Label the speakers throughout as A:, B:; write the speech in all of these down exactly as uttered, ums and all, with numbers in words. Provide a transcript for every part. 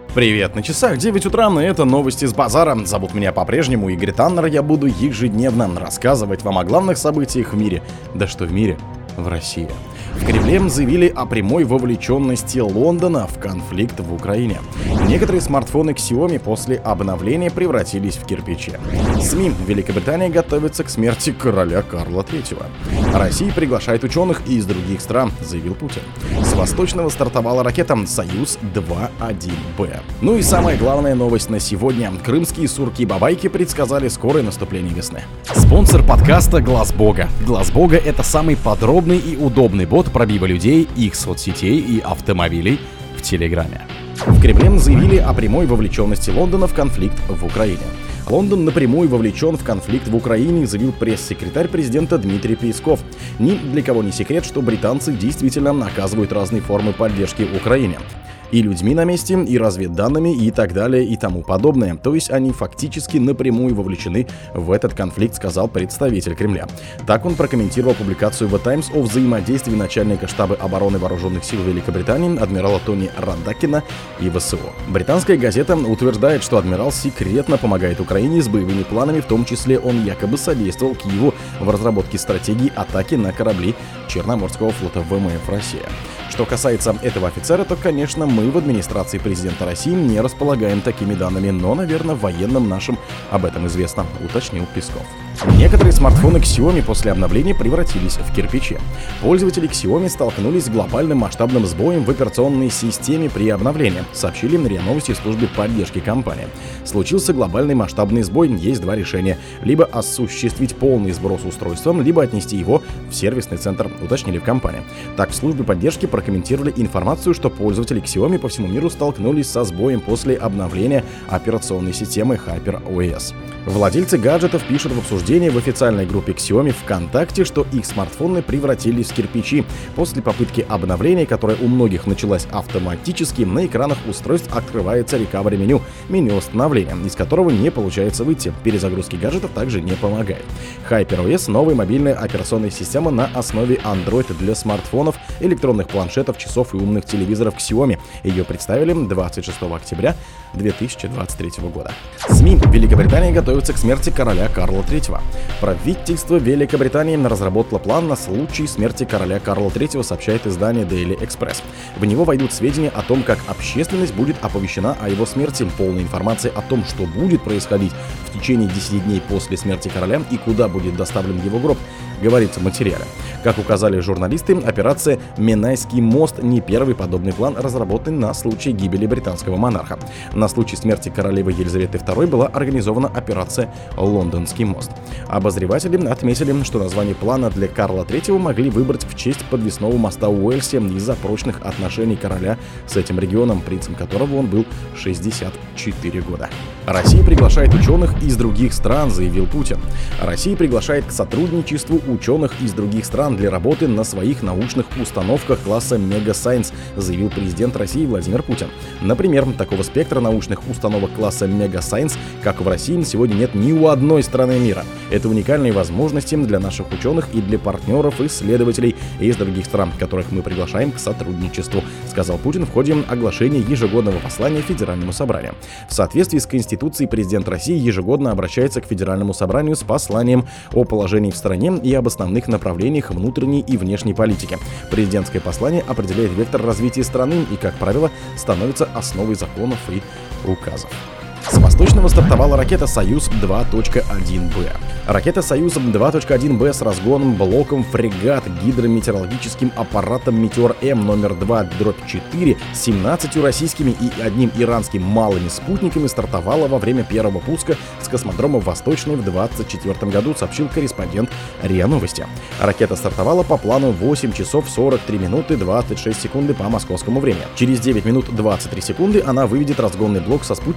A: Привет, на часах девять утра, и это новости с базара. Зовут меня по-прежнему Игорь Таннер, я буду ежедневно рассказывать вам о главных событиях в мире. Да что в мире? В России. В Кремле заявили о прямой вовлеченности Лондона в конфликт в Украине. Некоторые смартфоны Xiaomi после обновления превратились в кирпичи. СМИ Великобритании готовятся к смерти короля Карла третьего. Россия приглашает ученых из других стран, заявил Путин. С восточного стартовала ракета «Союз два один Б». Ну и самая главная новость на сегодня. Крымские сурки-бабайки предсказали скорое наступление весны. Спонсор подкаста Глаз Бога. Глаз Бога — это самый подробный и удобный бот пробива людей, их соцсетей и автомобилей в Телеграме. В Кремле заявили о прямой вовлеченности Лондона в конфликт в Украине. Лондон напрямую вовлечен в конфликт в Украине, заявил пресс-секретарь президента Дмитрий Песков. Ни для кого не секрет, что британцы действительно оказывают разные формы поддержки Украине. И людьми на месте, и разведданными, и так далее, и тому подобное. То есть они фактически напрямую вовлечены в этот конфликт, сказал представитель Кремля. Так он прокомментировал публикацию The Times о взаимодействии начальника штаба обороны вооруженных сил Великобритании адмирала Тони Радакина и ВСО. Британская газета утверждает, что адмирал секретно помогает Украине с боевыми планами, в том числе он якобы содействовал Киеву в разработке стратегии атаки на корабли Черноморского флота ВМФ Россия. Что касается этого офицера, то, конечно, мы в администрации президента России не располагаем такими данными, но, наверное, военным нашим об этом известно, уточнил Песков. Некоторые смартфоны Xiaomi после обновления превратились в кирпичи. Пользователи Xiaomi столкнулись с глобальным масштабным сбоем в операционной системе при обновлении, сообщили на РИА Новости в службе поддержки компании. Случился глобальный масштабный сбой, есть два решения. Либо осуществить полный сброс устройства, либо отнести его в сервисный центр, уточнили в компании. Так, в службе поддержки прокомментировали информацию, что пользователи Xiaomi по всему миру столкнулись со сбоем после обновления операционной системы HyperOS. Владельцы гаджетов пишут в обсуждении в официальной группе Xiaomi ВКонтакте, что их смартфоны превратились в кирпичи. После попытки обновления, которая у многих началась автоматически, на экранах устройств открывается recovery меню, меню восстановления, из которого не получается выйти. Перезагрузки гаджетов также не помогает. HyperOS — новая мобильная операционная система на основе Android для смартфонов, электронных планшетов, часов и умных телевизоров Xiaomi. Ее представили двадцать шестого октября две тысячи двадцать третьего года. СМИ Великобритании готовятся к смерти короля Карла третьего. Правительство Великобритании разработало план на случай смерти короля Карла третьего, сообщает издание Daily Express. В него войдут сведения о том, как общественность будет оповещена о его смерти, полная информация о том, что будет происходить в течение десяти дней после смерти короля и куда будет доставлен его гроб, говорится в материале. Как указали журналисты, операция «Менайский мост» не первый подобный план, разработанный на случай гибели британского монарха. На случай смерти королевы Елизаветы второй была организована операция «Лондонский мост». Обозреватели отметили, что название плана для Карла третьего могли выбрать в честь подвесного моста в Уэльсе из-за прочных отношений короля с этим регионом, принцем которого он был шестьдесят четыре года. Россия приглашает ученых из других стран, заявил Путин. Россия приглашает к сотрудничеству ученых из других стран для работы на своих научных установках класса Mega Science, заявил президент России Владимир Путин. Например, такого спектра научных установок класса Mega Science, как в России, сегодня нет ни у одной страны мира. Это уникальные возможности для наших ученых и для партнеров и исследователей из других стран, которых мы приглашаем к сотрудничеству, сказал Путин в ходе оглашения ежегодного послания Федеральному собранию. В соответствии с Конституцией президент России ежегодно обращается к Федеральному собранию с посланием о положении в стране и об основных направлениях внутренней и внешней политики. Президентское послание определяет вектор развития страны и, как правило, становится основой законов и указов. С восточного стартовала ракета «Союз два точка один Б». Ракета «Союз два точка один Б» с разгоном блоком фрегат гидрометеорологическим аппаратом «Метеор-М» номер два дробь четыре с семнадцатью российскими и одним иранским малыми спутниками стартовала во время первого пуска с космодрома Восточный в двадцать четвёртом году, сообщил корреспондент РИА Новости. Ракета стартовала по плану восемь часов сорок три минуты двадцать шесть секунды по московскому времени. Через девять минут двадцать три секунды она выведет разгонный блок со спутниками на низкую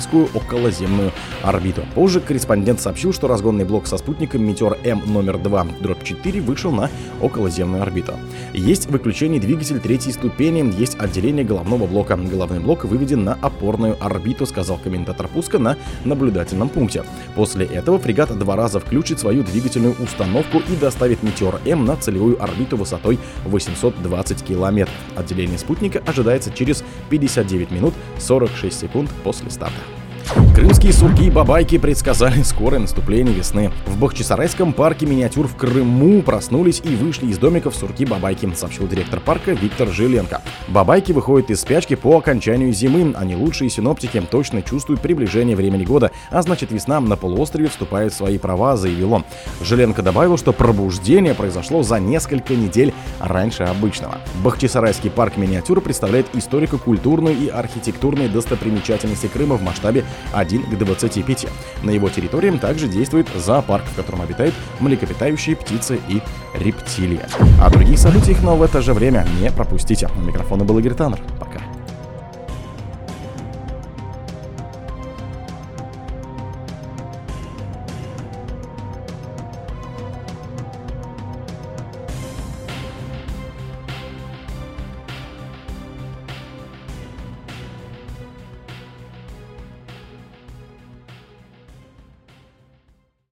A: низкую околоземную орбиту. Позже корреспондент сообщил, что разгонный блок со спутником Метеор М номер два дробь четыре вышел на околоземную орбиту. Есть выключение двигатель третьей ступени, есть отделение головного блока. Головной блок выведен на опорную орбиту, сказал комментатор пуска на наблюдательном пункте. После этого фрегат два раза включит свою двигательную установку и доставит Метеор М на целевую орбиту высотой восемьсот двадцать километров. Отделение спутника ожидается через пятьдесят девять минут сорок шесть секунд после старта. Крымские сурки и бабайки предсказали скорое наступление весны. В Бахчисарайском парке миниатюр в Крыму проснулись и вышли из домиков сурки-бабайки, сообщил директор парка Виктор Жиленко. Бабайки выходят из спячки по окончанию зимы. Они лучшие синоптики точно чувствуют приближение времени года, а значит весна на полуострове вступает в свои права, заявил он. Жиленко добавил, что пробуждение произошло за несколько недель раньше обычного. Бахчисарайский парк миниатюр представляет историко-культурную и архитектурные достопримечательности Крыма в масштабе один к двадцати пяти. На его территории также действует зоопарк, в котором обитают млекопитающие, птицы и рептилии. О других событиях, но в это же время не пропустите. У микрофона был Игорь Таннер.